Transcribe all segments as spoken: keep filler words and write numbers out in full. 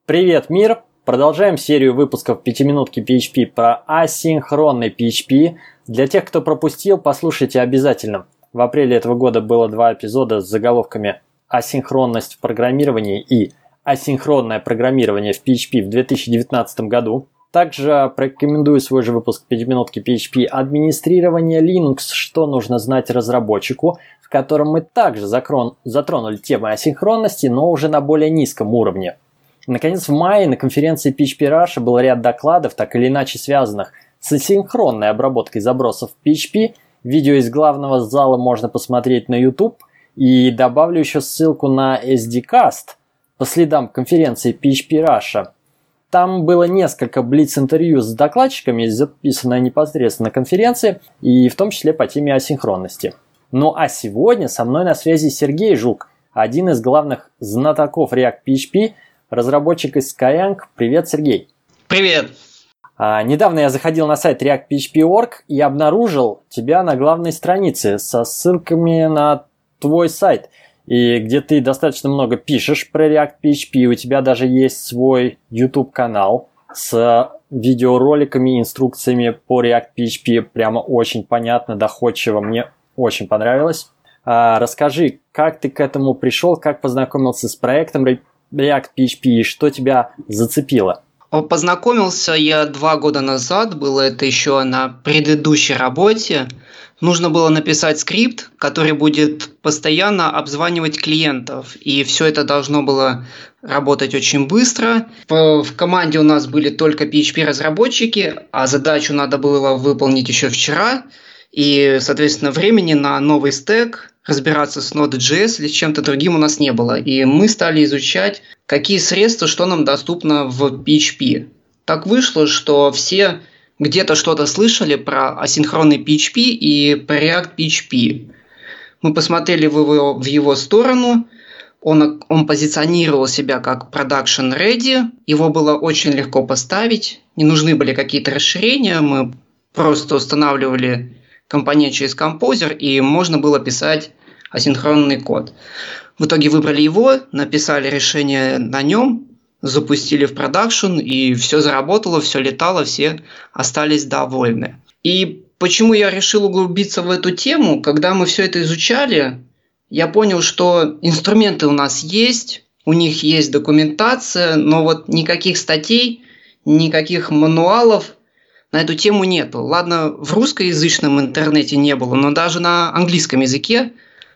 Привет, мир! Продолжаем серию выпусков пятиминутки пи эйч пи про асинхронный пи эйч пи. Для тех, кто пропустил, послушайте обязательно. В апреле этого года было два эпизода с заголовками «Асинхронность в программировании» и «Асинхронное программирование в пи эйч пи в две тысячи девятнадцатом году». Также порекомендую свой же выпуск пятиминутки пи эйч пи «Администрирование Linux. Что нужно знать разработчику», в котором мы также закрон... затронули тему асинхронности, но уже на более низком уровне. Наконец, в мае на конференции пи эйч пи Russia был ряд докладов, так или иначе связанных с асинхронной обработкой забросов в пи эйч пи. Видео из главного зала можно посмотреть на YouTube. И добавлю еще ссылку на эс ди каст по следам конференции пи эйч пи Russia. Там было несколько блиц-интервью с докладчиками, записанное непосредственно на конференции, и в том числе по теме асинхронности. Ну а сегодня со мной на связи Сергей Жук, один из главных знатоков React пи эйч пи, разработчик из Skyeng. Привет, Сергей. Привет. А, недавно я заходил на сайт react пи эйч пи точка орг и обнаружил тебя на главной странице со ссылками на твой сайт, и где ты достаточно много пишешь про React пи эйч пи. У тебя даже есть свой YouTube-канал с видеороликами, инструкциями по React пи эйч пи. Прямо очень понятно, доходчиво. Мне очень понравилось. А, расскажи, как ты к этому пришел, как познакомился с проектом React пи эйч пи и что тебя зацепило? Познакомился я два года назад, было это еще на предыдущей работе. Нужно было написать скрипт, который будет постоянно обзванивать клиентов. И все это должно было работать очень быстро. В команде у нас были только пи эйч пи-разработчики, а задачу надо было выполнить еще вчера. И, соответственно, времени на новый стэк, разбираться с Node.js или с чем-то другим у нас не было. И мы стали изучать, какие средства, что нам доступно в пи эйч пи. Так вышло, что все где-то что-то слышали про асинхронный пи эйч пи и про React пи эйч пи. Мы посмотрели в его, в его сторону. Он, он позиционировал себя как production ready. Его было очень легко поставить. Не нужны были какие-то расширения. Мы просто устанавливали компонент через композер, и можно было писать асинхронный код. В итоге выбрали его, написали решение на нем, запустили в продакшн, и все заработало, все летало, все остались довольны. И почему я решил углубиться в эту тему? Когда мы все это изучали, я понял, что инструменты у нас есть, у них есть документация, но вот никаких статей, никаких мануалов на эту тему нету. Ладно, в русскоязычном интернете не было, но даже на английском языке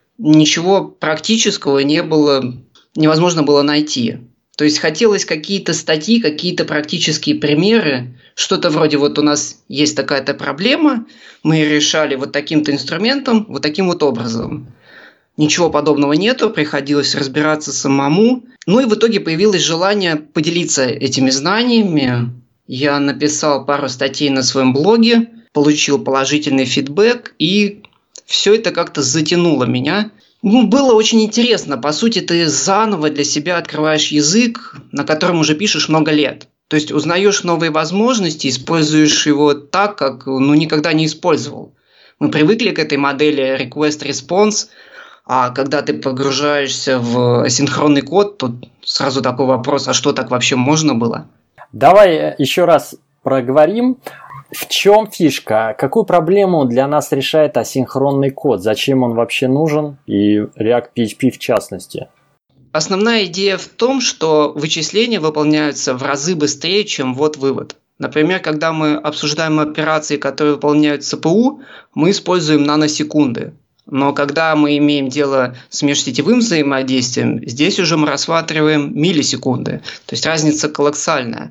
ничего практического не было, невозможно было найти. То есть хотелось какие-то статьи, какие-то практические примеры, что-то вроде вот у нас есть такая-то проблема, мы решали вот таким-то инструментом, вот таким вот образом. Ничего подобного нету, приходилось разбираться самому. Ну и в итоге появилось желание поделиться этими знаниями. Я написал пару статей на своем блоге, получил положительный фидбэк, и все это как-то затянуло меня. Ну, было очень интересно. По сути, ты заново для себя открываешь язык, на котором уже пишешь много лет. То есть узнаешь новые возможности, используешь его так, как ну, никогда не использовал. Мы привыкли к этой модели request-response, а когда ты погружаешься в асинхронный код, то сразу такой вопрос, а что так вообще можно было? Давай еще раз проговорим, в чем фишка, какую проблему для нас решает асинхронный код, зачем он вообще нужен и React пи эйч пи в частности. Основная идея в том, что вычисления выполняются в разы быстрее, чем ввод-вывод. Например, когда мы обсуждаем операции, которые выполняют си пи ю, мы используем наносекунды. Но когда мы имеем дело с межсетевым взаимодействием, здесь уже мы рассматриваем миллисекунды. То есть разница колоссальная.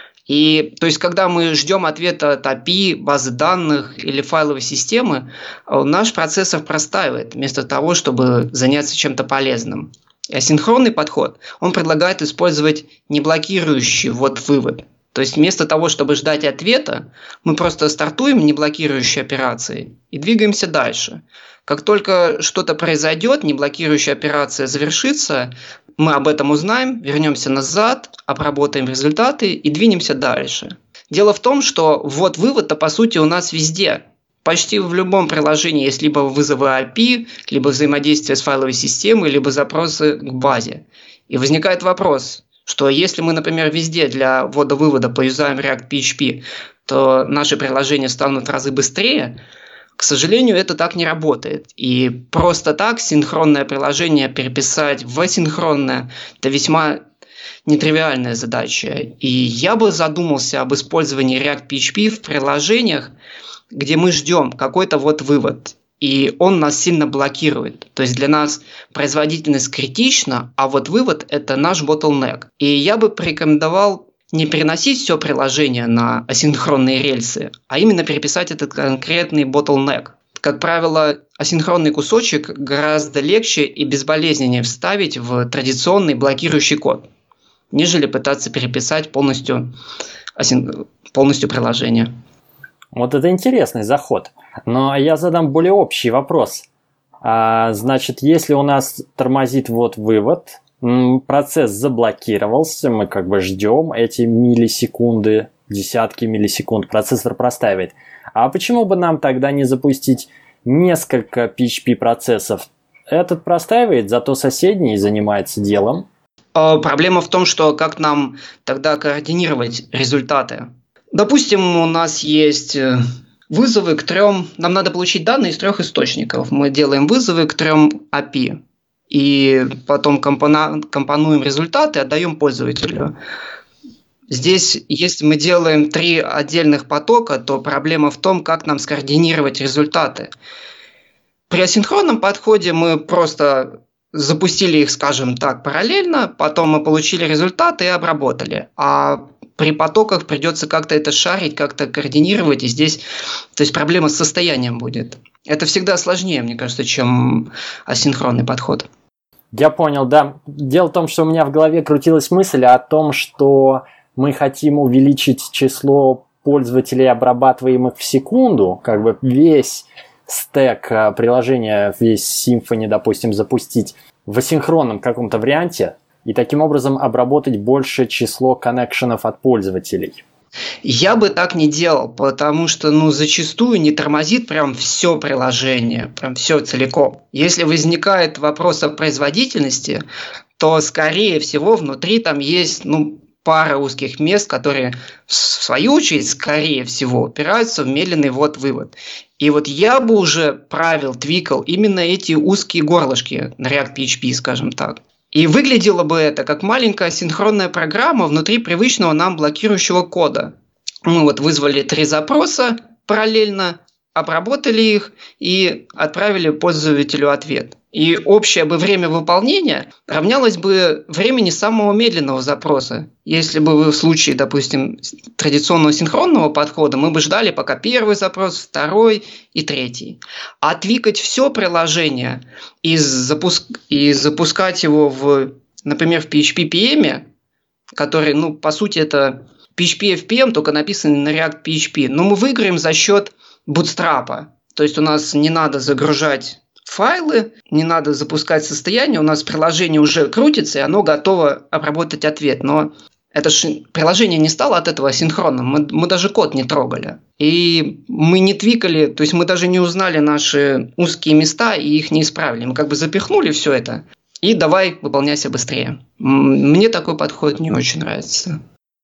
И то есть, когда мы ждем ответа от эй пи ай, базы данных или файловой системы, наш процессор простаивает вместо того, чтобы заняться чем-то полезным. И асинхронный подход, он предлагает использовать неблокирующий ввод-вывод. То есть вместо того, чтобы ждать ответа, мы просто стартуем неблокирующие операции и двигаемся дальше. Как только что-то произойдет, неблокирующая операция завершится, мы об этом узнаем, вернемся назад, обработаем результаты и двинемся дальше. Дело в том, что ввод-вывод-то по сути у нас везде. Почти в любом приложении есть либо вызовы эй пи ай, либо взаимодействие с файловой системой, либо запросы к базе. И возникает вопрос, что если мы, например, везде для ввода-вывода поюзаем React пи эйч пи, то наши приложения станут в разы быстрее. К сожалению, это так не работает. И просто так синхронное приложение переписать в асинхронное – это весьма нетривиальная задача. И я бы задумался об использовании React пи эйч пи в приложениях, где мы ждем какой-то вот вывод, и он нас сильно блокирует. То есть для нас производительность критична, а вот вывод – это наш bottleneck. И я бы порекомендовал не переносить все приложение на асинхронные рельсы, а именно переписать этот конкретный bottleneck. Как правило, асинхронный кусочек гораздо легче и безболезненнее вставить в традиционный блокирующий код, нежели пытаться переписать полностью, асин... полностью приложение. Вот это интересный заход. Но я задам более общий вопрос. А, значит, если у нас тормозит вот вывод, процесс заблокировался, мы как бы ждем эти миллисекунды, десятки миллисекунд, процессор простаивает. А почему бы нам тогда не запустить несколько пи эйч пи-процессов? Этот простаивает, зато соседний занимается делом. Проблема в том, что как нам тогда координировать результаты? Допустим, у нас есть вызовы к трем... Нам надо получить данные из трех источников. Мы делаем вызовы к трем эй пи ай. И потом компона... компонуем результаты и отдаем пользователю. Здесь, если мы делаем три отдельных потока, то проблема в том, как нам скоординировать результаты. При асинхронном подходе мы просто запустили их, скажем так, параллельно, потом мы получили результаты и обработали. А при потоках придется как-то это шарить, как-то координировать, и здесь, то есть проблема с состоянием будет. Это всегда сложнее, мне кажется, чем асинхронный подход. Я понял, да. Дело в том, что у меня в голове крутилась мысль о том, что мы хотим увеличить число пользователей, обрабатываемых в секунду, как бы весь стэк приложения, весь Symfony, допустим, запустить в асинхронном каком-то варианте и таким образом обработать большее число коннекшенов от пользователей. Я бы так не делал, потому что ну, зачастую не тормозит прям все приложение, прям все целиком. Если возникает вопрос о производительности, то, скорее всего, внутри там есть ну, пара узких мест, которые, в свою очередь, скорее всего, упираются в медленный ввод-вывод. И вот я бы уже правил, твикал именно эти узкие горлышки на React пи эйч пи, скажем так. И выглядело бы это как маленькая синхронная программа внутри привычного нам блокирующего кода. Мы вот вызвали три запроса параллельно, обработали их и отправили пользователю ответ. И общее бы время выполнения равнялось бы времени самого медленного запроса. Если бы в случае, допустим, традиционного синхронного подхода мы бы ждали, пока первый запрос, второй и третий. А твикать все приложение и, запуск... и запускать его, в, например, в пи эйч пи пи эм, который, ну, по сути, это пи эйч пи эф пи эм, только написанный на React пи эйч пи. Но мы выиграем за счет бутстрапа. То есть у нас не надо загружать файлы, не надо запускать состояние, у нас приложение уже крутится, и оно готово обработать ответ. Но это же приложение не стало от этого синхронным, мы, мы даже код не трогали. И мы не твикали, то есть мы даже не узнали наши узкие места и их не исправили. Мы как бы запихнули все это и давай выполняйся быстрее. Мне такой подход не очень нравится.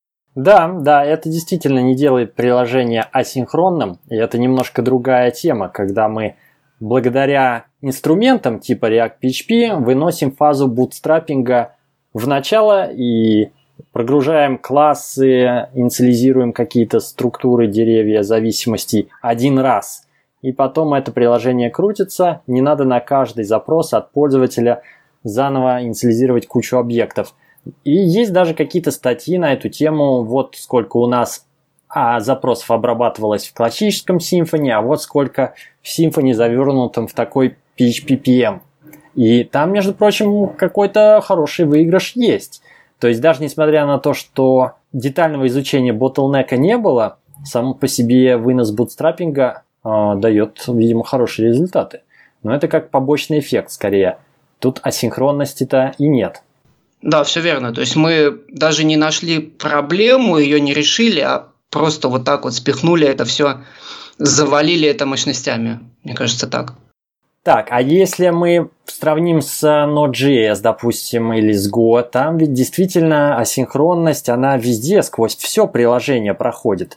Да, да, это действительно не делает приложение асинхронным, и это немножко другая тема, когда мы благодаря инструментам типа React пи эйч пи выносим фазу бутстраппинга в начало и прогружаем классы, инициализируем какие-то структуры, деревья, зависимостей один раз. И потом это приложение крутится, не надо на каждый запрос от пользователя заново инициализировать кучу объектов. И есть даже какие-то статьи на эту тему, вот сколько у нас а, запросов обрабатывалось в классическом Symfony, а вот сколько в Symfony завернутом в такой пи эйч пи пи эм. И там, между прочим, какой-то хороший выигрыш есть. То есть даже несмотря на то, что детального изучения bottleneck не было, сам по себе вынос бутстраппинга э, дает, видимо, хорошие результаты. Но это как побочный эффект скорее. Тут асинхронности-то и нет. Да, все верно. То есть мы даже не нашли проблему, ее не решили, а просто вот так вот спихнули это все, завалили это мощностями. Мне кажется, так. Так, а если мы сравним с Node.js, допустим, или с Go, там ведь действительно асинхронность, она везде, сквозь все приложение проходит.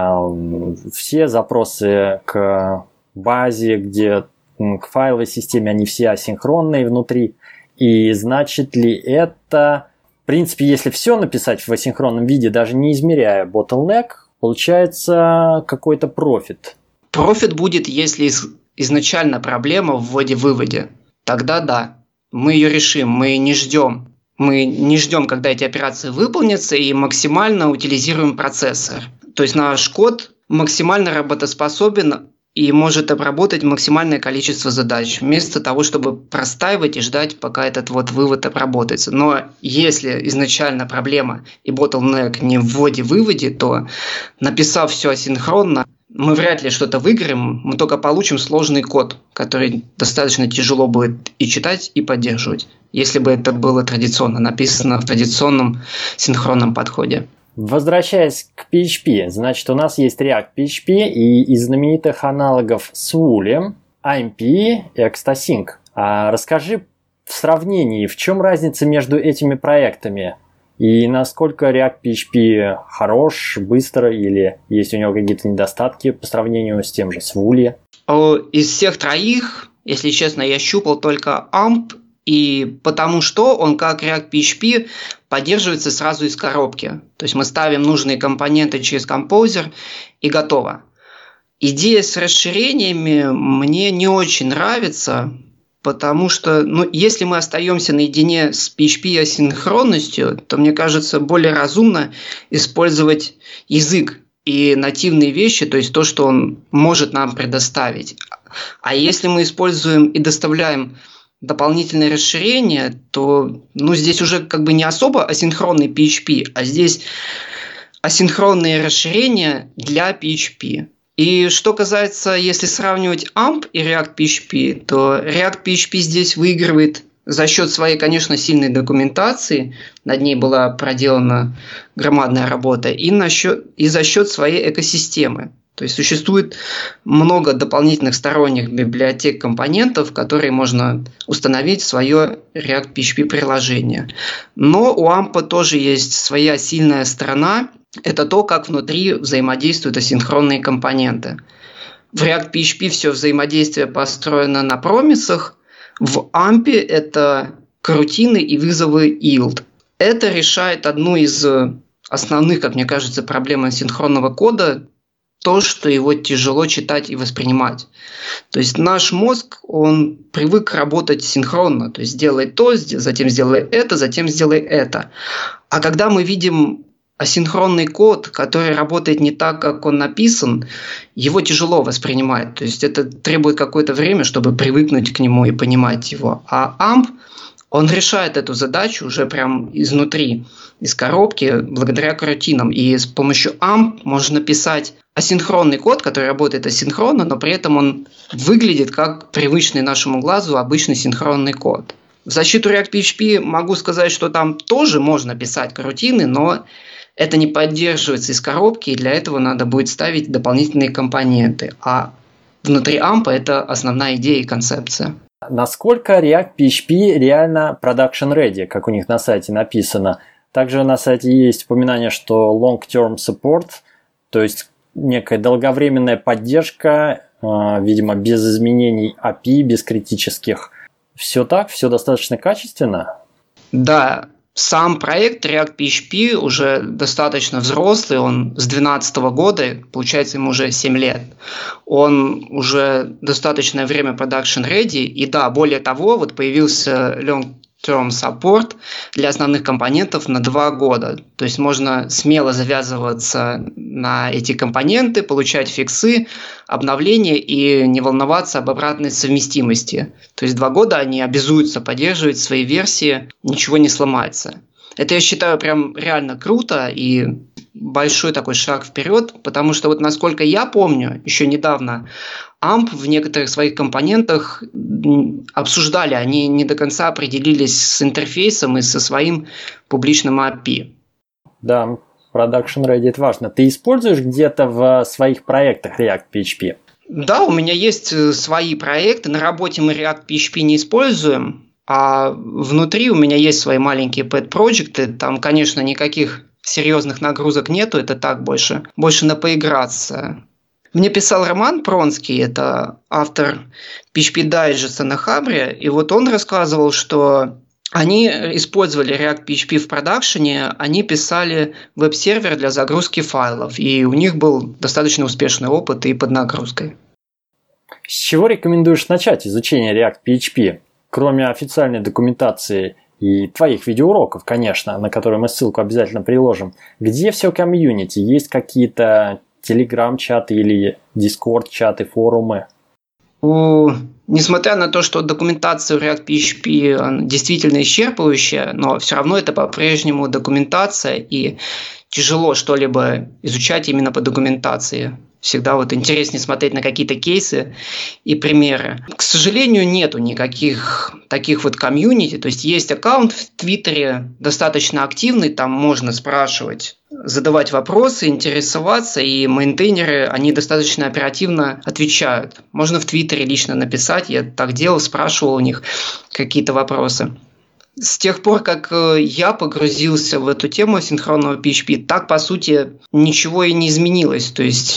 Все запросы к базе, где к файловой системе, они все асинхронные внутри. И значит ли это, в принципе, если все написать в асинхронном виде, даже не измеряя bottleneck, получается какой-то профит? Профит будет, если изначально проблема в вводе-выводе. Тогда да, мы ее решим, мы не ждем. Мы не ждем, когда эти операции выполнятся, и максимально утилизируем процессор. То есть наш код максимально работоспособен и может обработать максимальное количество задач, вместо того, чтобы простаивать и ждать, пока этот вот вывод обработается. Но если изначально проблема и bottleneck не в вводе-выводе, то, написав все асинхронно, мы вряд ли что-то выиграем, мы только получим сложный код, который достаточно тяжело будет и читать, и поддерживать, если бы это было традиционно написано в традиционном синхронном подходе. Возвращаясь к пи эйч пи, значит, у нас есть React пи эйч пи, и из знаменитых аналогов Swooly, эй эм пи и Xtasync. А расскажи в сравнении, в чем разница между этими проектами? И насколько React пи эйч пи хорош, быстро, или есть у него какие-то недостатки по сравнению с тем же Swooly? Из всех троих, если честно, я щупал только амп, и потому что он, как React пи эйч пи, поддерживается сразу из коробки. То есть мы ставим нужные компоненты через Composer и готово. Идея с расширениями мне не очень нравится, потому что, ну, если мы остаемся наедине с пи эйч пи асинхронностью, то, мне кажется, более разумно использовать язык и нативные вещи, то есть то, что он может нам предоставить. А если мы используем и доставляем дополнительные расширения, то, ну, здесь уже как бы не особо асинхронный пи эйч пи, а здесь асинхронные расширения для пи эйч пи. И что касается, если сравнивать амп и React пи эйч пи, то React пи эйч пи здесь выигрывает за счет своей, конечно, сильной документации, над ней была проделана громадная работа, и, насчет, и за счет своей экосистемы. То есть существует много дополнительных сторонних библиотек компонентов, которые можно установить в свое React пи эйч пи приложение. Но у ампа тоже есть своя сильная сторона. Это то, как внутри взаимодействуют асинхронные компоненты. В React пи эйч пи все взаимодействие построено на промисах. В ампе это карутины и вызовы yield. Это решает одну из основных, как мне кажется, проблем асинхронного кода, то, что его тяжело читать и воспринимать. То есть наш мозг, он привык работать синхронно, то есть сделай то, затем сделай это, затем сделай это. А когда мы видим асинхронный код, который работает не так, как он написан, его тяжело воспринимать. То есть это требует какое-то время, чтобы привыкнуть к нему и понимать его. А амп, он решает эту задачу уже прям изнутри, из коробки, благодаря карутинам. И с помощью амп можно писать асинхронный код, который работает асинхронно, но при этом он выглядит как привычный нашему глазу обычный синхронный код. В защиту React пи эйч пи могу сказать, что там тоже можно писать карутины, но это не поддерживается из коробки, и для этого надо будет ставить дополнительные компоненты. А внутри ампа это основная идея и концепция. Насколько React пи эйч пи реально production ready, как у них на сайте написано? Также на сайте есть упоминание, что long-term support, то есть некая долговременная поддержка, видимо, без изменений эй пи ай, без критических. Все так? Все достаточно качественно? Да, сам проект React пи эйч пи уже достаточно взрослый, он с две тысячи двенадцатого года, получается ему уже семь лет. Он уже достаточное время production ready, и да, более того, вот появился long term support для основных компонентов на два года. То есть можно смело завязываться на эти компоненты, получать фиксы, обновления и не волноваться об обратной совместимости. То есть два года они обязуются поддерживать свои версии, ничего не сломается. Это, я считаю, прям реально круто и большой такой шаг вперед, потому что вот насколько я помню, еще недавно амп в некоторых своих компонентах обсуждали, они не до конца определились с интерфейсом и со своим публичным эй пи ай. Да, production ready это важно. Ты используешь где-то в своих проектах React пи эйч пи? Да, у меня есть свои проекты. На работе мы React пи эйч пи не используем, а внутри у меня есть свои маленькие pet-проекты. Там, конечно, никаких серьезных нагрузок нету, это так больше, больше на поиграться. Мне писал Роман Пронский, это автор пи эйч пи Digest на Хабре, и вот он рассказывал, что они использовали React пи эйч пи в продакшене, они писали веб-сервер для загрузки файлов, и у них был достаточно успешный опыт и под нагрузкой. С чего рекомендуешь начать изучение React пи эйч пи? Кроме официальной документации и твоих видеоуроков, конечно, на которые мы ссылку обязательно приложим, где все комьюнити? Есть какие-то телеграм-чаты или дискорд-чаты, форумы? У... Несмотря на то, что документация в React пи эйч пи действительно исчерпывающая, но все равно это по-прежнему документация, и тяжело что-либо изучать именно по документации. Всегда вот интереснее смотреть на какие-то кейсы и примеры. К сожалению, нету никаких таких вот комьюнити. То есть есть аккаунт в Твиттере, достаточно активный, там можно спрашивать, задавать вопросы, интересоваться, и мейнтейнеры, они достаточно оперативно отвечают. Можно в Твиттере лично написать, я так делал, спрашивал у них какие-то вопросы. С тех пор, как я погрузился в эту тему асинхронного пи эйч пи, так, по сути, ничего и не изменилось. То есть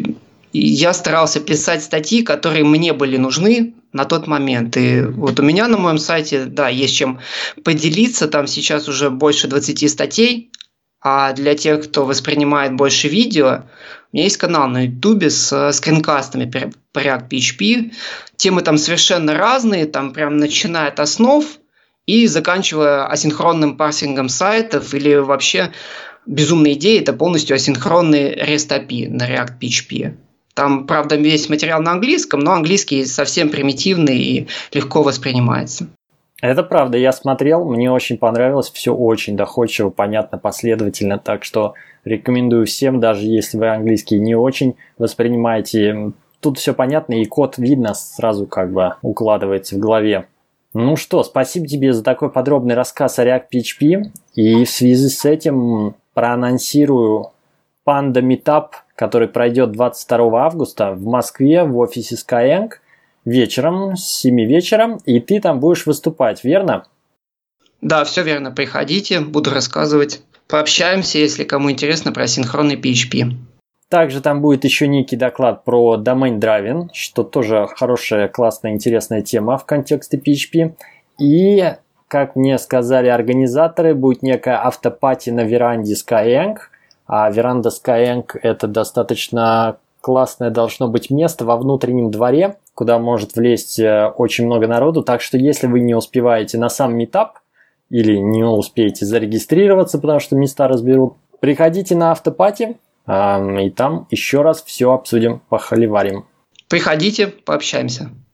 я старался писать статьи, которые мне были нужны на тот момент. И вот у меня на моем сайте, да, есть чем поделиться. Там сейчас уже больше двадцати статей. А для тех, кто воспринимает больше видео, у меня есть канал на YouTube с скринкастами по React пи эйч пи. Темы там совершенно разные, там прям начиная от основ и заканчивая асинхронным парсингом сайтов, или вообще безумная идея – это полностью асинхронный REST эй пи ай на React пи эйч пи. Там, правда, весь материал на английском, но английский совсем примитивный и легко воспринимается. Это правда, я смотрел, мне очень понравилось, все очень доходчиво, понятно, последовательно, так что рекомендую всем, даже если вы английский не очень воспринимаете, тут все понятно и код видно, сразу как бы укладывается в голове. Ну что, спасибо тебе за такой подробный рассказ о React пи эйч пи, и в связи с этим проанонсирую Panda Meetup, который пройдет двадцать второго августа в Москве в офисе Skyeng вечером, с семи вечера, и ты там будешь выступать, верно? Да, все верно, приходите, буду рассказывать. Пообщаемся, если кому интересно, про синхронный пи эйч пи. Также там будет еще некий доклад про domain driving, что тоже хорошая, классная, интересная тема в контексте пи эйч пи. И, как мне сказали организаторы, будет некая автопати на веранде Skyeng. А веранда Skyeng – это достаточно классное должно быть место во внутреннем дворе, куда может влезть очень много народу. Так что, если вы не успеваете на сам митап или не успеете зарегистрироваться, потому что места разберут, приходите на автопати. И там еще раз все обсудим, похоливарим. Приходите, пообщаемся.